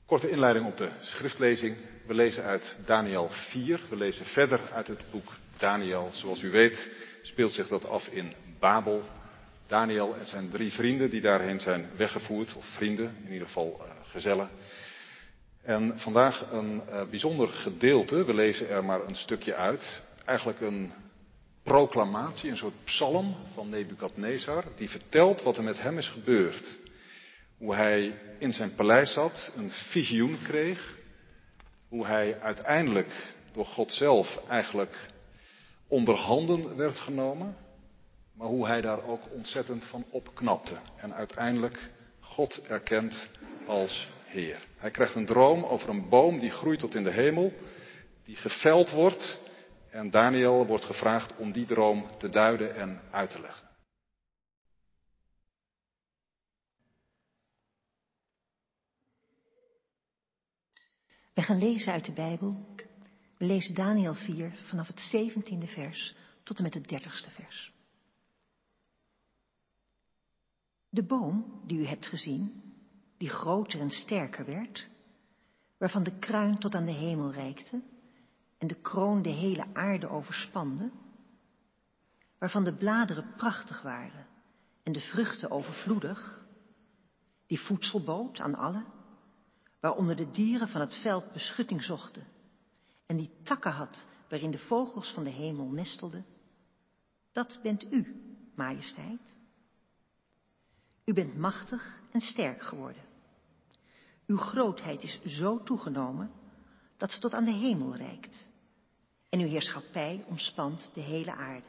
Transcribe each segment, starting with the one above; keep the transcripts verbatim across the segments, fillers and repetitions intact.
Korte inleiding op de schriftlezing. We lezen uit Daniël vier. We lezen verder uit het boek Daniël. Zoals u weet speelt zich dat af in Babel. Daniël en zijn drie vrienden die daarheen zijn weggevoerd. Of vrienden, in ieder geval uh, gezellen. En vandaag een uh, bijzonder gedeelte. We lezen er maar een stukje uit. Eigenlijk een proclamatie, een soort psalm van Nebukadnezar. Die vertelt wat er met hem is gebeurd. Hoe hij in zijn paleis zat, een visioen kreeg. Hoe hij uiteindelijk door God zelf eigenlijk onder handen werd genomen. Maar hoe hij daar ook ontzettend van opknapte. En uiteindelijk God erkent als Heer. Hij krijgt een droom over een boom die groeit tot in de hemel. Die geveld wordt. En Daniël wordt gevraagd om die droom te duiden en uit te leggen. We gaan lezen uit de Bijbel. We lezen Daniël vier vanaf het zeventiende vers tot en met het dertigste vers. De boom die u hebt gezien, die groter en sterker werd, waarvan de kruin tot aan de hemel reikte en de kroon de hele aarde overspande, waarvan de bladeren prachtig waren en de vruchten overvloedig, die voedsel bood aan allen, waaronder de dieren van het veld beschutting zochten en die takken had waarin de vogels van de hemel nestelden, dat bent u, majesteit. U bent machtig en sterk geworden. Uw grootheid is zo toegenomen dat ze tot aan de hemel reikt. En uw heerschappij omspant de hele aarde.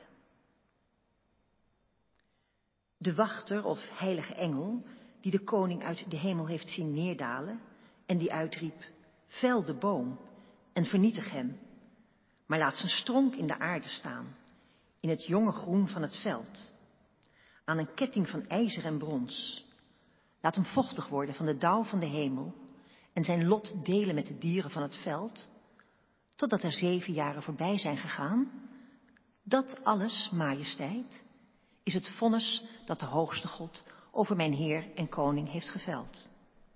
De wachter of heilige engel, die de koning uit de hemel heeft zien neerdalen en die uitriep, vel de boom en vernietig hem, maar laat zijn stronk in de aarde staan, in het jonge groen van het veld, aan een ketting van ijzer en brons. Laat hem vochtig worden van de dauw van de hemel en zijn lot delen met de dieren van het veld, totdat er zeven jaren voorbij zijn gegaan. Dat alles, majesteit, is het vonnis dat de hoogste God over mijn Heer en Koning heeft geveld.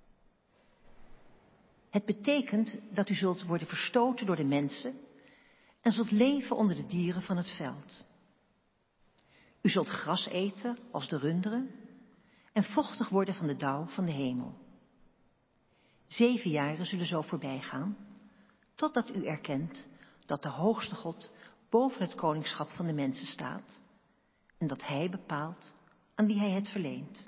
Het betekent dat u zult worden verstoten door de mensen en zult leven onder de dieren van het veld. U zult gras eten als de runderen en vochtig worden van de dauw van de hemel. Zeven jaren zullen zo voorbij gaan, totdat u erkent dat de hoogste God boven het koningschap van de mensen staat en dat hij bepaalt aan wie hij het verleent.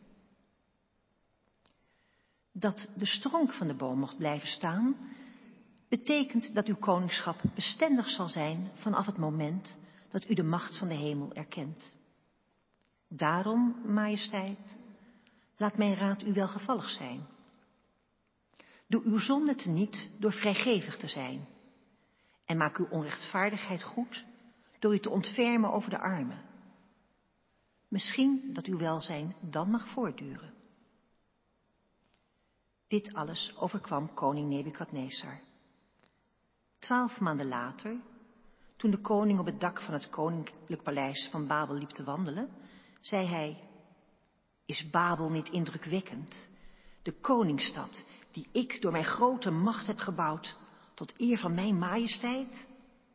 Dat de stronk van de boom mocht blijven staan, betekent dat uw koningschap bestendig zal zijn vanaf het moment dat u de macht van de hemel erkent. Daarom, majesteit, laat mijn raad u welgevallig zijn. Doe uw zonde teniet door vrijgevig te zijn. En maak uw onrechtvaardigheid goed door u te ontfermen over de armen. Misschien dat uw welzijn dan mag voortduren. Dit alles overkwam koning Nebukadnezar. Twaalf maanden later, toen de koning op het dak van het koninklijk paleis van Babel liep te wandelen, zei hij, is Babel niet indrukwekkend, de koningsstad die ik door mijn grote macht heb gebouwd tot eer van mijn majesteit?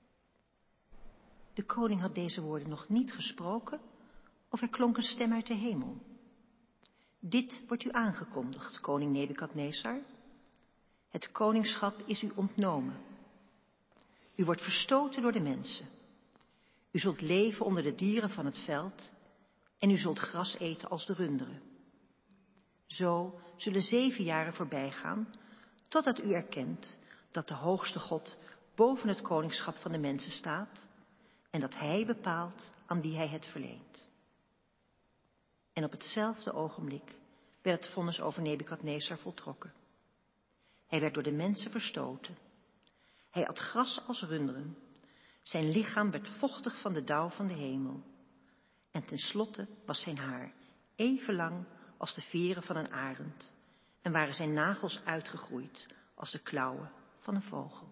De koning had deze woorden nog niet gesproken of er klonk een stem uit de hemel. Dit wordt u aangekondigd, koning Nebukadnezar. Het koningschap is u ontnomen. U wordt verstoten door de mensen. U zult leven onder de dieren van het veld en u zult gras eten als de runderen. Zo zullen zeven jaren voorbij gaan, totdat u erkent dat de hoogste God boven het koningschap van de mensen staat en dat hij bepaalt aan wie hij het verleent. En op hetzelfde ogenblik werd het vonnis over Nebukadnezar voltrokken. Hij werd door de mensen verstoten. Hij at gras als runderen. Zijn lichaam werd vochtig van de dauw van de hemel. En tenslotte was zijn haar even lang als de veren van een arend en waren zijn nagels uitgegroeid als de klauwen van een vogel.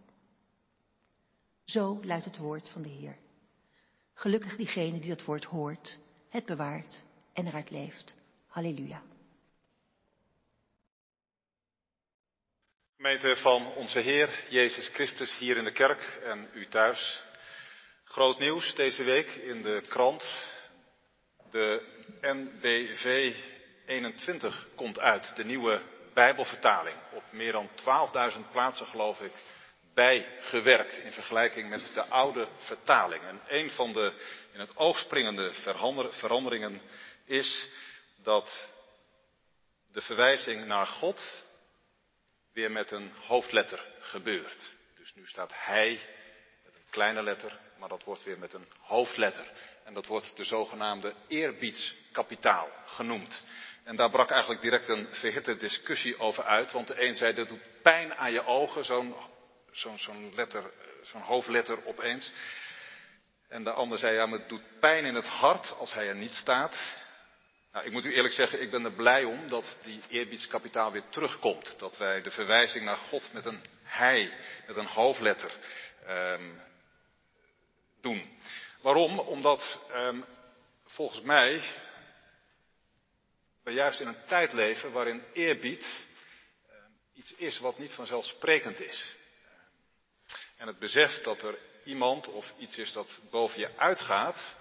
Zo luidt het woord van de Heer. Gelukkig diegene die dat woord hoort, het bewaart en eruit leeft. Halleluja. Gemeente van onze Heer Jezus Christus hier in de kerk en u thuis. Groot nieuws deze week in de krant. De N B V eenentwintig komt uit, de nieuwe Bijbelvertaling. Op meer dan twaalfduizend plaatsen, geloof ik, bijgewerkt in vergelijking met de oude vertaling. En een van de in het oog springende veranderingen is dat de verwijzing naar God weer met een hoofdletter gebeurt. Dus nu staat hij met een kleine letter, maar dat wordt weer met een hoofdletter. En dat wordt de zogenaamde eerbiedskapitaal genoemd. En daar brak eigenlijk direct een verhitte discussie over uit, want de een zei dat doet pijn aan je ogen, zo'n zo'n zo'n letter, zo'n hoofdletter opeens. En de ander zei ja, maar het doet pijn in het hart als hij er niet staat. Nou, ik moet u eerlijk zeggen, ik ben er blij om dat die eerbiedskapitaal weer terugkomt. Dat wij de verwijzing naar God met een hij, met een hoofdletter um, doen. Waarom? Omdat um, volgens mij we juist in een tijd leven waarin eerbied um, iets is wat niet vanzelfsprekend is. En het besef dat er iemand of iets is dat boven je uitgaat,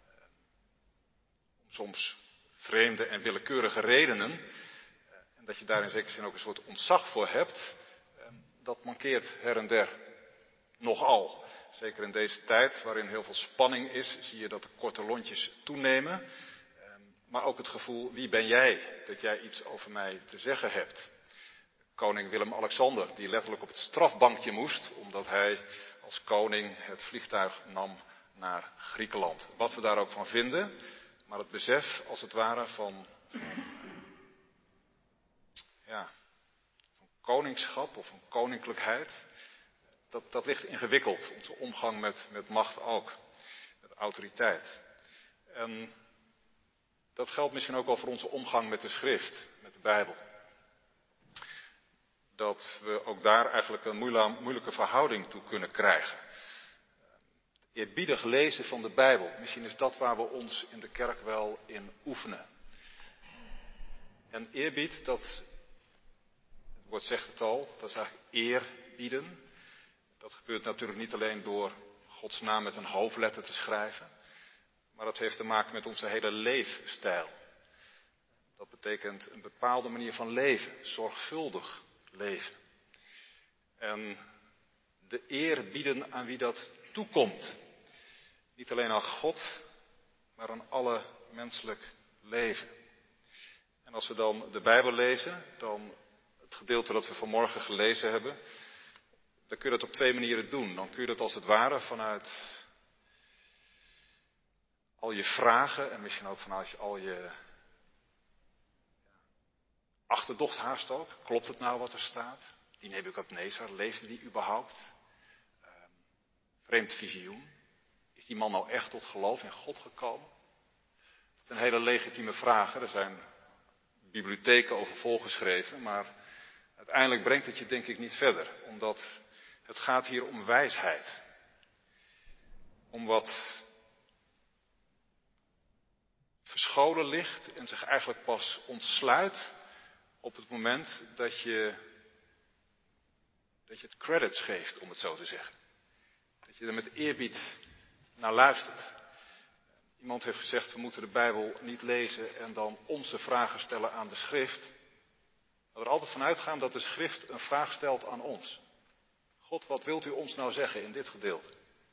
soms vreemde en willekeurige redenen, en dat je daar in zekere zin ook een soort ontzag voor hebt, dat mankeert her en der nogal. Zeker in deze tijd waarin heel veel spanning is, zie je dat de korte lontjes toenemen. Maar ook het gevoel, wie ben jij, dat jij iets over mij te zeggen hebt. Koning Willem-Alexander, die letterlijk op het strafbankje moest, omdat hij als koning het vliegtuig nam naar Griekenland. Wat we daar ook van vinden, maar het besef, als het ware, van, van, ja, van koningschap of van koninklijkheid, dat, dat ligt ingewikkeld. Onze omgang met, met macht ook, met autoriteit. En dat geldt misschien ook wel voor onze omgang met de schrift, met de Bijbel. Dat we ook daar eigenlijk een moeilijke verhouding toe kunnen krijgen. Eerbiedig lezen van de Bijbel, misschien is dat waar we ons in de kerk wel in oefenen. En eerbied, dat, het woord zegt het al, dat is eigenlijk eerbieden. Dat gebeurt natuurlijk niet alleen door Gods naam met een hoofdletter te schrijven, maar dat heeft te maken met onze hele leefstijl. Dat betekent een bepaalde manier van leven, zorgvuldig leven. En de eer bieden aan wie dat toekomt. Niet alleen aan God, maar aan alle menselijk leven. En als we dan de Bijbel lezen, dan het gedeelte dat we vanmorgen gelezen hebben, dan kun je dat op twee manieren doen. Dan kun je dat als het ware vanuit al je vragen en misschien ook vanuit al je achterdocht haast ook. Klopt het nou wat er staat? Die Nebukadnezar, leefde die überhaupt? Uh, vreemd visioen. Is die man nou echt tot geloof in God gekomen? Dat zijn hele legitieme vragen. Er zijn bibliotheken over volgeschreven, maar uiteindelijk brengt het je denk ik niet verder. Omdat het gaat hier om wijsheid. Om wat verscholen ligt en zich eigenlijk pas ontsluit op het moment dat je, dat je het credits geeft, om het zo te zeggen. Dat je er met eerbied naar luistert. Iemand heeft gezegd, we moeten de Bijbel niet lezen en dan onze vragen stellen aan de schrift. Maar er altijd van uitgaan dat de schrift een vraag stelt aan ons. God, wat wilt u ons nou zeggen in dit gedeelte?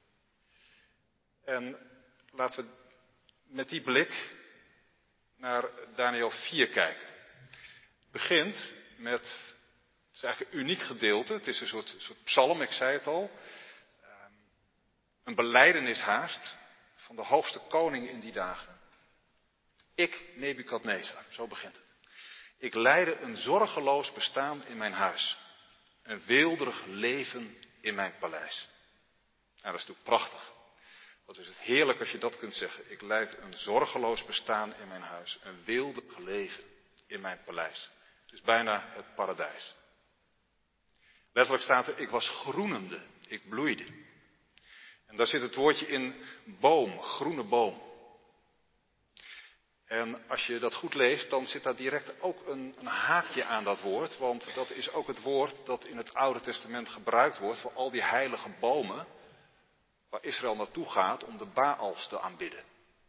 En laten we met die blik naar Daniel vier kijken. Het begint met, het is eigenlijk een uniek gedeelte, het is een soort, soort psalm, ik zei het al. Een belijdenis haast van de hoogste koning in die dagen. Ik, Nebukadnezar, zo begint het. Ik leidde een zorgeloos bestaan in mijn huis. Een weelderig leven in mijn paleis. Nou, dat is natuurlijk prachtig. Wat is het heerlijk als je dat kunt zeggen. Ik leid een zorgeloos bestaan in mijn huis. Een weelderig leven in mijn paleis. Het is bijna het paradijs. Letterlijk staat er, ik was groenende. Ik bloeide. En daar zit het woordje in boom, groene boom. En als je dat goed leest, dan zit daar direct ook een, een haakje aan dat woord. Want dat is ook het woord dat in het Oude Testament gebruikt wordt voor al die heilige bomen waar Israël naartoe gaat om de Baals te aanbidden.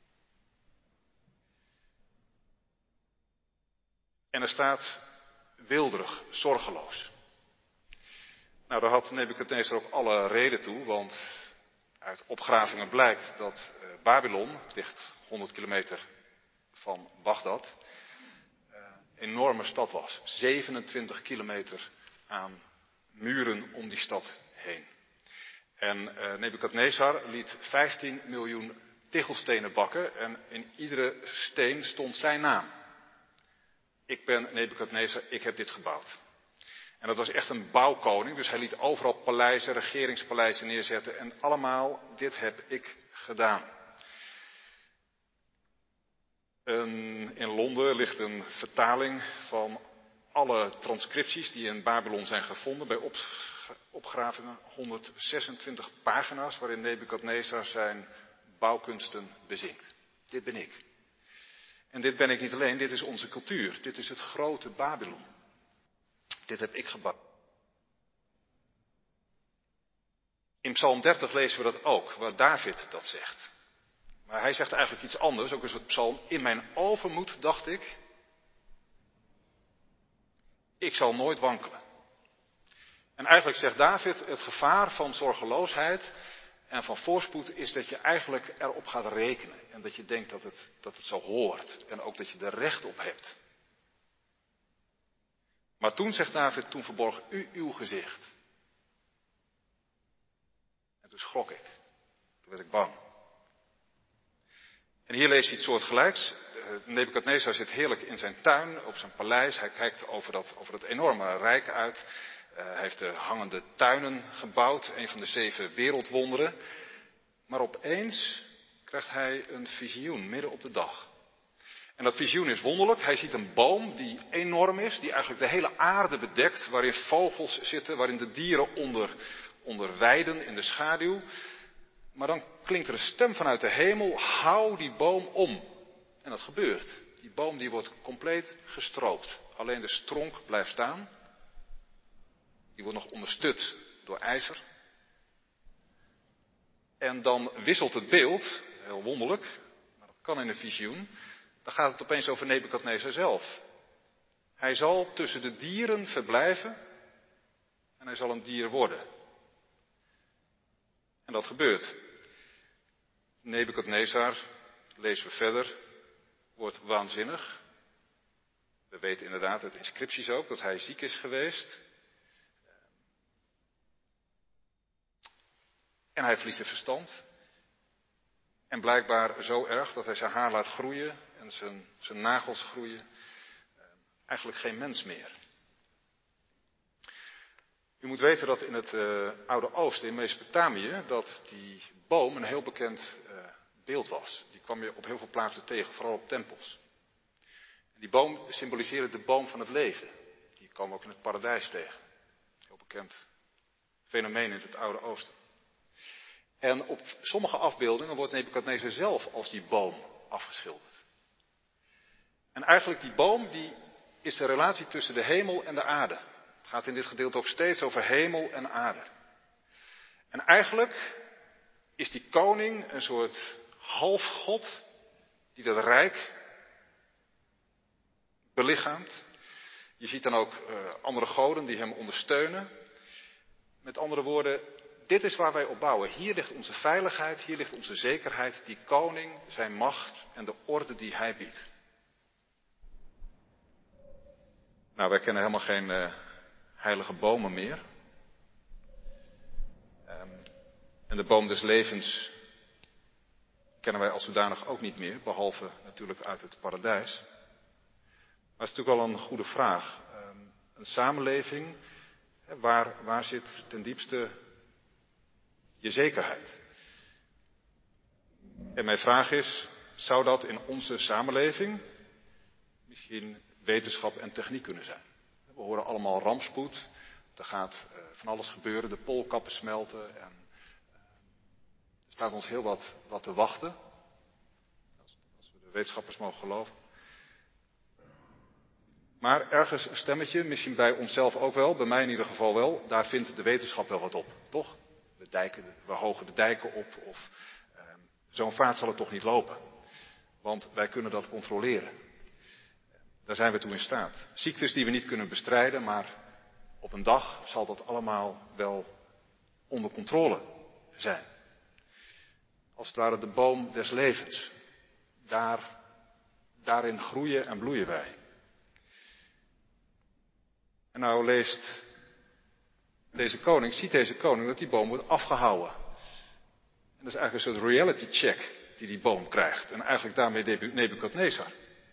En er staat weelderig, zorgeloos. Nou, daar had Nebukadnezar ook alle reden toe, want uit opgravingen blijkt dat uh, Babylon, het ligt honderd kilometer van Bagdad, een uh, enorme stad was. zevenentwintig kilometer aan muren om die stad heen. En uh, Nebukadnezar liet vijftien miljoen tegelstenen bakken en in iedere steen stond zijn naam. Ik ben Nebukadnezar, ik heb dit gebouwd. En dat was echt een bouwkoning, dus hij liet overal paleizen, regeringspaleizen neerzetten en allemaal, dit heb ik gedaan. Um, in Londen ligt een vertaling van alle transcripties die in Babylon zijn gevonden bij op, opgravingen, honderdzesentwintig pagina's waarin Nebukadnezar zijn bouwkunsten bezingt. Dit ben ik. En dit ben ik niet alleen, dit is onze cultuur, dit is het grote Babylon. Dit heb ik gebouwd. In Psalm dertig lezen we dat ook, waar David dat zegt. Maar hij zegt eigenlijk iets anders, ook in het psalm. In mijn overmoed dacht ik, ik zal nooit wankelen. En eigenlijk zegt David, het gevaar van zorgeloosheid en van voorspoed is dat je eigenlijk erop gaat rekenen. En dat je denkt dat het, dat het zo hoort. En ook dat je er recht op hebt. Maar toen, zegt David, toen verborg u uw gezicht. En toen schrok ik. Toen werd ik bang. En hier lees je iets soortgelijks. Nebukadnezar zit heerlijk in zijn tuin, op zijn paleis. Hij kijkt over dat, over dat enorme rijk uit. Uh, hij heeft de hangende tuinen gebouwd, een van de zeven wereldwonderen. Maar opeens krijgt hij een visioen, midden op de dag. En dat visioen is wonderlijk. Hij ziet een boom die enorm is, die eigenlijk de hele aarde bedekt, waarin vogels zitten, waarin de dieren onder, onder weiden in de schaduw. Maar dan klinkt er een stem vanuit de hemel, hou die boom om. En dat gebeurt. Die boom die wordt compleet gestroopt. Alleen de stronk blijft staan. Die wordt nog ondersteund door ijzer. En dan wisselt het beeld, heel wonderlijk, maar dat kan in een visioen. Dan gaat het opeens over Nebukadnezar zelf. Hij zal tussen de dieren verblijven en hij zal een dier worden. En dat gebeurt. Nebukadnezar, lezen we verder, wordt waanzinnig. We weten inderdaad uit inscripties ook dat hij ziek is geweest. En hij verliest het verstand. En blijkbaar zo erg dat hij zijn haar laat groeien en zijn, zijn nagels groeien. Eigenlijk geen mens meer. U moet weten dat in het uh, Oude Oosten, in Mesopotamië, dat die boom een heel bekend uh, beeld was. Die kwam je op heel veel plaatsen tegen, vooral op tempels. En die boom symboliseerde de boom van het leven. Die komen we ook in het paradijs tegen. Heel bekend fenomeen in het Oude Oosten. En op sommige afbeeldingen wordt Nebukadnezar zelf als die boom afgeschilderd. En eigenlijk die boom, die is de relatie tussen de hemel en de aarde. Het gaat in dit gedeelte ook steeds over hemel en aarde. En eigenlijk is die koning een soort halfgod die dat rijk belichaamt. Je ziet dan ook uh, andere goden die hem ondersteunen. Met andere woorden, dit is waar wij op bouwen. Hier ligt onze veiligheid, hier ligt onze zekerheid. Die koning, zijn macht en de orde die hij biedt. Nou, wij kennen helemaal geen uh, heilige bomen meer. Um, en de boom des levens kennen wij als zodanig ook niet meer, behalve natuurlijk uit het paradijs. Maar het is natuurlijk wel een goede vraag. Um, een samenleving, hè, waar, waar zit ten diepste je zekerheid? En mijn vraag is, zou dat in onze samenleving misschien wetenschap en techniek kunnen zijn? We horen allemaal rampspoed, er gaat uh, van alles gebeuren, de poolkappen smelten en uh, er staat ons heel wat, wat te wachten. Als, als we we wetenschappers mogen geloven. Maar ergens een stemmetje, misschien bij onszelf ook wel, bij mij in ieder geval wel, daar vindt de wetenschap wel wat op, toch? We, dijken, we hogen de dijken op of uh, zo'n vaart zal het toch niet lopen. Want wij kunnen dat controleren. Daar zijn we toe in staat. Ziektes die we niet kunnen bestrijden, maar op een dag zal dat allemaal wel onder controle zijn. Als het ware de boom des levens. Daar, daarin groeien en bloeien wij. En nou leest deze koning, ziet deze koning dat die boom wordt afgehouwen. En dat is eigenlijk een soort reality check die die boom krijgt. En eigenlijk daarmee Nebukadnezar.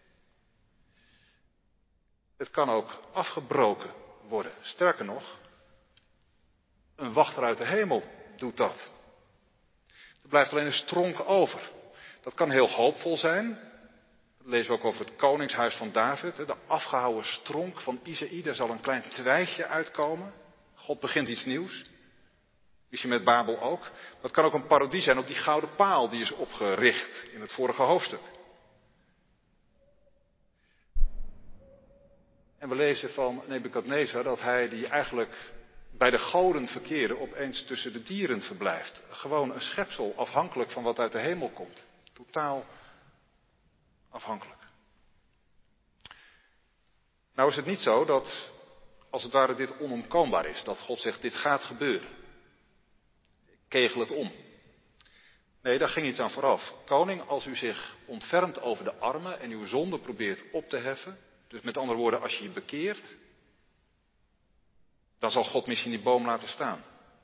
Het kan ook afgebroken worden. Sterker nog, een wachter uit de hemel doet dat. Er blijft alleen een stronk over. Dat kan heel hoopvol zijn. Dat lezen we ook over het koningshuis van David. De afgehouwen stronk van Isaïe. Daar zal een klein twijgje uitkomen. God begint iets nieuws. Misschien met Babel ook. Maar het kan ook een parodie zijn op die gouden paal die is opgericht in het vorige hoofdstuk. En we lezen van Nebukadnezar dat hij die eigenlijk bij de goden verkeerde opeens tussen de dieren verblijft. Gewoon een schepsel afhankelijk van wat uit de hemel komt. Totaal afhankelijk. Nou is het niet zo dat als het ware dit onontkoombaar is. Dat God zegt dit gaat gebeuren. Ik kegel het om. Nee, daar ging iets aan vooraf. Koning, als u zich ontfermt over de armen en uw zonde probeert op te heffen. Dus met andere woorden, als je je bekeert, dan zal God misschien die boom laten staan.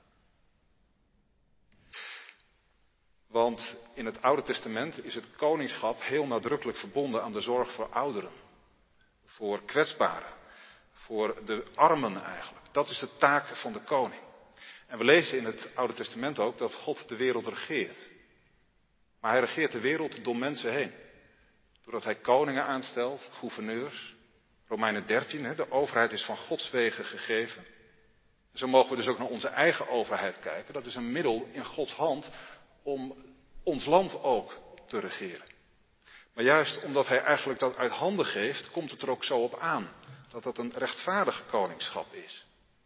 Want in het Oude Testament is het koningschap heel nadrukkelijk verbonden aan de zorg voor ouderen. Voor kwetsbaren. Voor de armen eigenlijk. Dat is de taak van de koning. En we lezen in het Oude Testament ook dat God de wereld regeert. Maar hij regeert de wereld door mensen heen. Doordat hij koningen aanstelt, gouverneurs. Romeinen dertien, de overheid is van Gods wegen gegeven. Zo mogen we dus ook naar onze eigen overheid kijken. Dat is een middel in Gods hand om ons land ook te regeren. Maar juist omdat hij eigenlijk dat uit handen geeft, komt het er ook zo op aan. Dat dat een rechtvaardig koningschap is.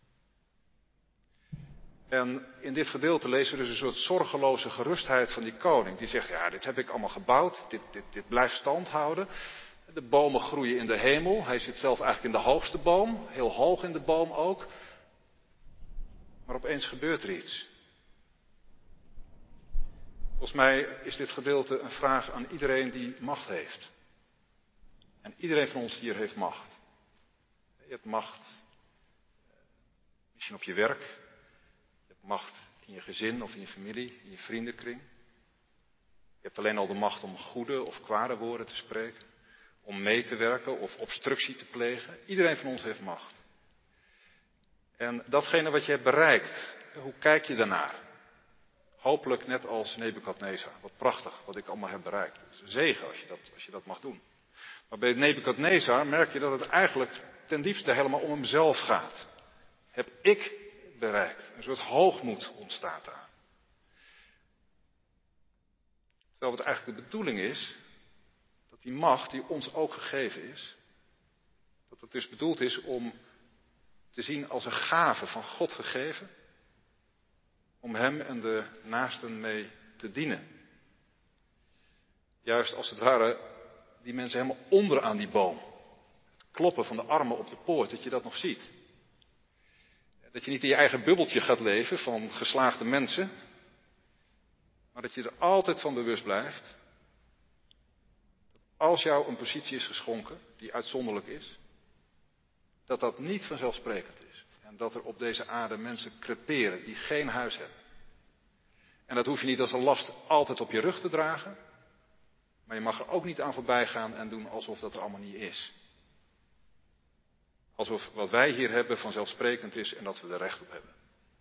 En in dit gedeelte lezen we dus een soort zorgeloze gerustheid van die koning. Die zegt, ja, dit heb ik allemaal gebouwd. Dit, dit, dit blijft stand houden. De bomen groeien in de hemel. Hij zit zelf eigenlijk in de hoogste boom. Heel hoog in de boom ook. Maar opeens gebeurt er iets. Volgens mij is dit gedeelte een vraag aan iedereen die macht heeft. En iedereen van ons hier heeft macht. Je hebt macht misschien op je werk. Je hebt macht in je gezin of in je familie, in je vriendenkring. Je hebt alleen al de macht om goede of kwade woorden te spreken. Om mee te werken of obstructie te plegen. Iedereen van ons heeft macht. En datgene wat je hebt bereikt, hoe kijk je daarnaar? Hopelijk net als Nebukadnezar. Wat prachtig wat ik allemaal heb bereikt. Het is een zegen als je dat, als je dat mag doen. Maar bij Nebukadnezar merk je dat het eigenlijk ten diepste helemaal om hemzelf gaat. Heb ik bereikt. Een soort hoogmoed ontstaat daar. Terwijl het eigenlijk de bedoeling is dat die macht die ons ook gegeven is, dat het dus bedoeld is om te zien als een gave van God gegeven, om hem en de naasten mee te dienen. Juist als het ware die mensen helemaal onderaan die boom. Het kloppen van de armen op de poort, dat je dat nog ziet. Dat je niet in je eigen bubbeltje gaat leven van geslaagde mensen, maar dat je er altijd van bewust blijft dat als jou een positie is geschonken die uitzonderlijk is, dat dat niet vanzelfsprekend is. En dat er op deze aarde mensen creperen die geen huis hebben. En dat hoef je niet als een last altijd op je rug te dragen. Maar je mag er ook niet aan voorbij gaan en doen alsof dat er allemaal niet is. Alsof wat wij hier hebben vanzelfsprekend is en dat we er recht op hebben.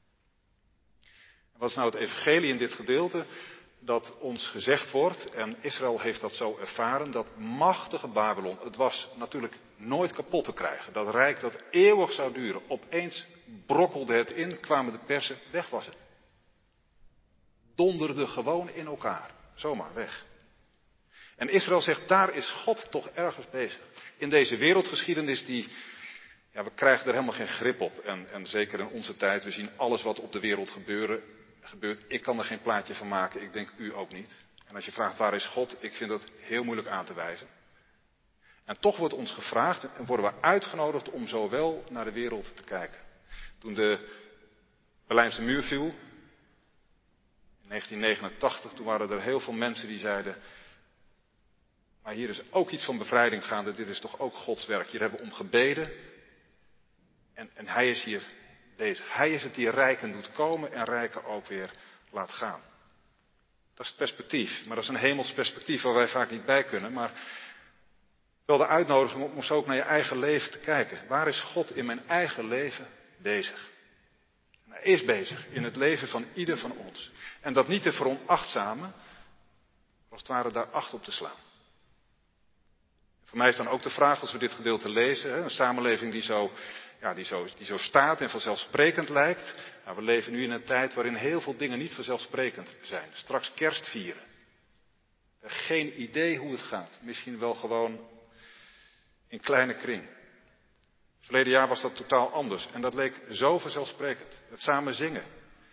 En wat is nou het evangelie in dit gedeelte? Dat ons gezegd wordt, en Israël heeft dat zo ervaren, dat machtige Babylon, het was natuurlijk nooit kapot te krijgen. Dat rijk dat eeuwig zou duren. Opeens brokkelde het in, kwamen de persen, weg was het. Donderde gewoon in elkaar, zomaar weg. En Israël zegt, daar is God toch ergens bezig. In deze wereldgeschiedenis die, ja, we krijgen er helemaal geen grip op. En, en zeker in onze tijd, we zien alles wat op de wereld gebeuren, gebeurt. Ik kan er geen plaatje van maken, ik denk u ook niet. En als je vraagt, waar is God? Ik vind dat heel moeilijk aan te wijzen. En toch wordt ons gevraagd en worden we uitgenodigd om zo wel naar de wereld te kijken. Toen de Berlijnse muur viel, in negentien negenentachtig, toen waren er heel veel mensen die zeiden, maar hier is ook iets van bevrijding gaande, dit is toch ook Gods werk. Hier hebben we om gebeden en, en Hij is hier bezig. Hij is het die rijken doet komen en rijken ook weer laat gaan. Dat is het perspectief, maar dat is een hemels perspectief waar wij vaak niet bij kunnen, maar wel de uitnodiging om zo ook naar je eigen leven te kijken. Waar is God in mijn eigen leven bezig? En hij is bezig in het leven van ieder van ons. En dat niet te veronachtzamen, als het ware daar acht op te slaan. Voor mij is dan ook de vraag, als we dit gedeelte lezen, een samenleving die zo, ja, die zo, die zo staat en vanzelfsprekend lijkt. Nou, we leven nu in een tijd waarin heel veel dingen niet vanzelfsprekend zijn. Straks kerst vieren. We hebben geen idee hoe het gaat. Misschien wel gewoon in kleine kring. Verleden jaar was dat totaal anders en dat leek zo vanzelfsprekend. Het samen zingen.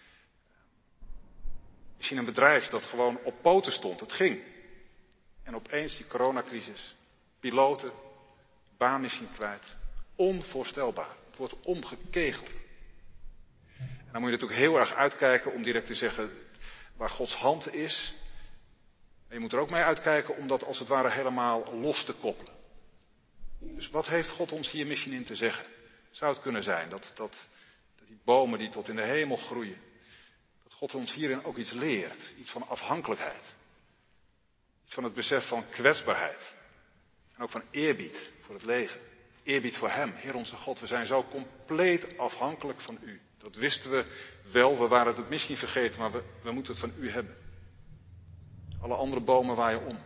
Misschien een bedrijf dat gewoon op poten stond, het ging. En opeens die coronacrisis. Piloten, baan misschien kwijt. Onvoorstelbaar. Het wordt omgekegeld. En dan moet je natuurlijk heel erg uitkijken om direct te zeggen waar Gods hand is. En je moet er ook mee uitkijken om dat als het ware helemaal los te koppelen. Dus wat heeft God ons hier misschien in te zeggen? Zou het kunnen zijn dat, dat, dat die bomen die tot in de hemel groeien, dat God ons hierin ook iets leert. Iets van afhankelijkheid. Iets van het besef van kwetsbaarheid. En ook van eerbied voor het leven. Eerbied voor Hem. Heer onze God, we zijn zo compleet afhankelijk van U. Dat wisten we wel, we waren het misschien vergeten, maar we, we moeten het van U hebben. Alle andere bomen waaien om.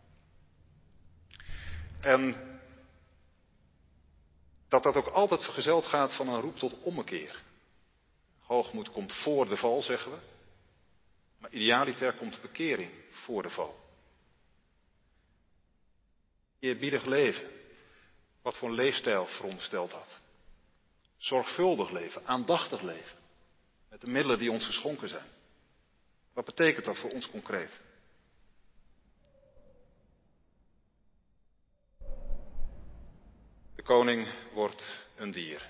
En dat dat ook altijd vergezeld gaat van een roep tot ommekeer. Hoogmoed komt voor de val, zeggen we. Maar idealiter komt bekering voor de val. Eerbiedig leven. Wat voor een leefstijl veronderstelt dat? Zorgvuldig leven, aandachtig leven. Met de middelen die ons geschonken zijn. Wat betekent dat voor ons concreet? De koning wordt een dier.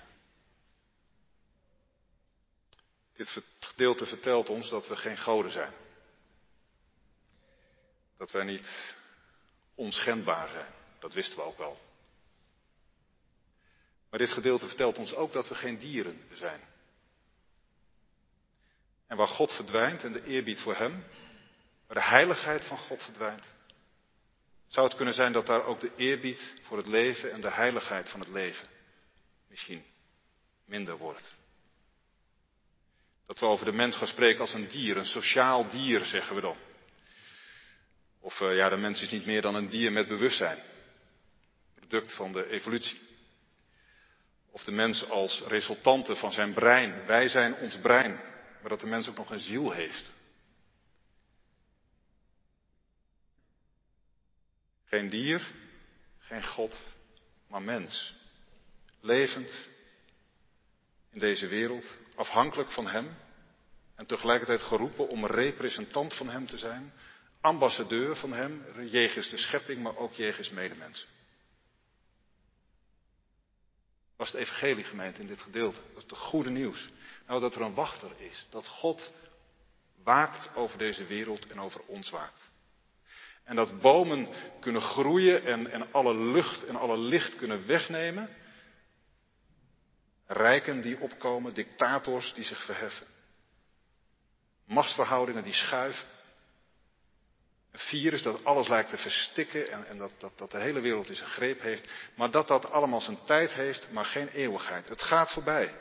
Dit gedeelte vertelt ons dat we geen goden zijn. Dat wij niet onschendbaar zijn. Dat wisten we ook wel. Maar dit gedeelte vertelt ons ook dat we geen dieren zijn. En waar God verdwijnt en de eerbied voor Hem, waar de heiligheid van God verdwijnt, zou het kunnen zijn dat daar ook de eerbied voor het leven en de heiligheid van het leven misschien minder wordt. Dat we over de mens gaan spreken als een dier, een sociaal dier, zeggen we dan. Of uh, ja, de mens is niet meer dan een dier met bewustzijn. Product van de evolutie. Of de mens als resultante van zijn brein. Wij zijn ons brein, maar dat de mens ook nog een ziel heeft. Geen dier, geen God, maar mens. Levend in deze wereld, afhankelijk van Hem en tegelijkertijd geroepen om representant van Hem te zijn, ambassadeur van Hem, jegens de schepping, maar ook jegens medemensen. Dat is het evangelie gemeente in dit gedeelte. Dat is het goede nieuws. Nou, dat er een wachter is. Dat God waakt over deze wereld en over ons waakt. En dat bomen kunnen groeien en, en alle lucht en alle licht kunnen wegnemen. Rijken die opkomen, dictators die zich verheffen. Machtsverhoudingen die schuiven. Een virus dat alles lijkt te verstikken en, en dat, dat, dat de hele wereld in zijn greep heeft. Maar dat dat allemaal zijn tijd heeft, maar geen eeuwigheid. Het gaat voorbij.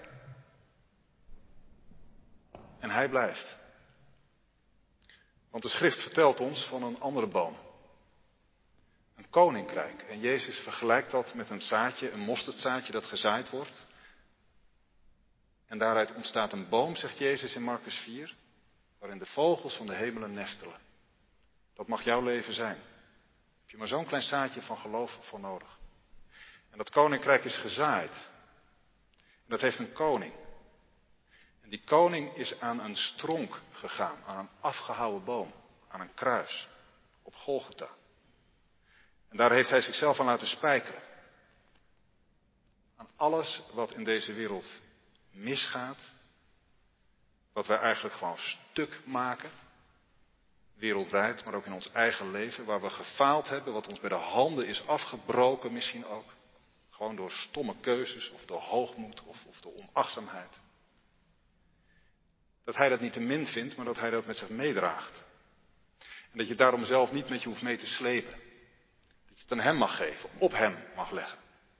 En hij blijft. Want de schrift vertelt ons van een andere boom. Een koninkrijk. En Jezus vergelijkt dat met een zaadje, een mosterdzaadje dat gezaaid wordt. En daaruit ontstaat een boom, zegt Jezus in Marcus vier, waarin de vogels van de hemelen nestelen. Dat mag jouw leven zijn. Heb je maar zo'n klein zaadje van geloof voor nodig. En dat koninkrijk is gezaaid. En dat heeft een koning. En die koning is aan een stronk gegaan, aan een afgehouwen boom, aan een kruis, op Golgotha. En daar heeft hij zichzelf aan laten spijkeren. Aan alles wat in deze wereld misgaat, wat wij eigenlijk gewoon stuk maken, wereldwijd, maar ook in ons eigen leven, waar we gefaald hebben, wat ons bij de handen is afgebroken misschien ook. Gewoon door stomme keuzes of door hoogmoed of, of door onachtzaamheid. Dat hij dat niet te min vindt, maar dat hij dat met zich meedraagt. En dat je daarom zelf niet met je hoeft mee te slepen. Dat je het aan hem mag geven, op hem mag leggen.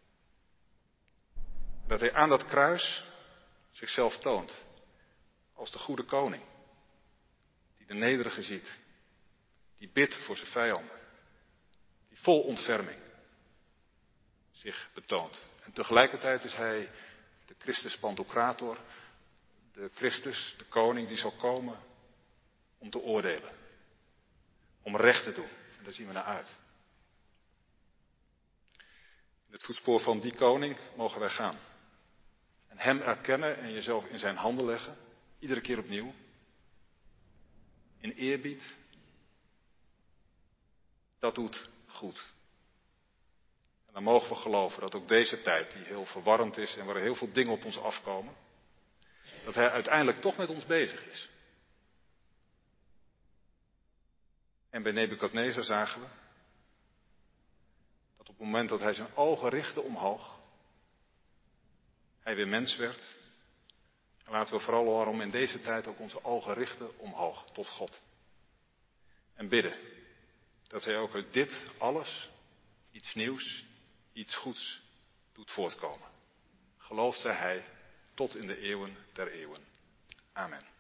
En dat hij aan dat kruis zichzelf toont. Als de goede koning. Die de nederige ziet. Die bidt voor zijn vijanden. Die vol ontferming zich betoont. En tegelijkertijd is hij de Christus Pantocrator. De Christus, de koning die zal komen om te oordelen. Om recht te doen. En daar zien we naar uit. In het voetspoor van die koning mogen wij gaan. En hem erkennen en jezelf in zijn handen leggen. Iedere keer opnieuw. In eerbied. Dat doet goed. En dan mogen we geloven dat ook deze tijd, die heel verwarrend is en waar er heel veel dingen op ons afkomen, dat hij uiteindelijk toch met ons bezig is. En bij Nebukadnezar zagen we dat op het moment dat hij zijn ogen richtte omhoog, hij weer mens werd. En laten we vooral waarom in deze tijd ook onze ogen richten omhoog, tot God. En bidden dat hij ook uit dit alles iets nieuws, iets goeds doet voortkomen. Gelooft zij hij tot in de eeuwen der eeuwen. Amen.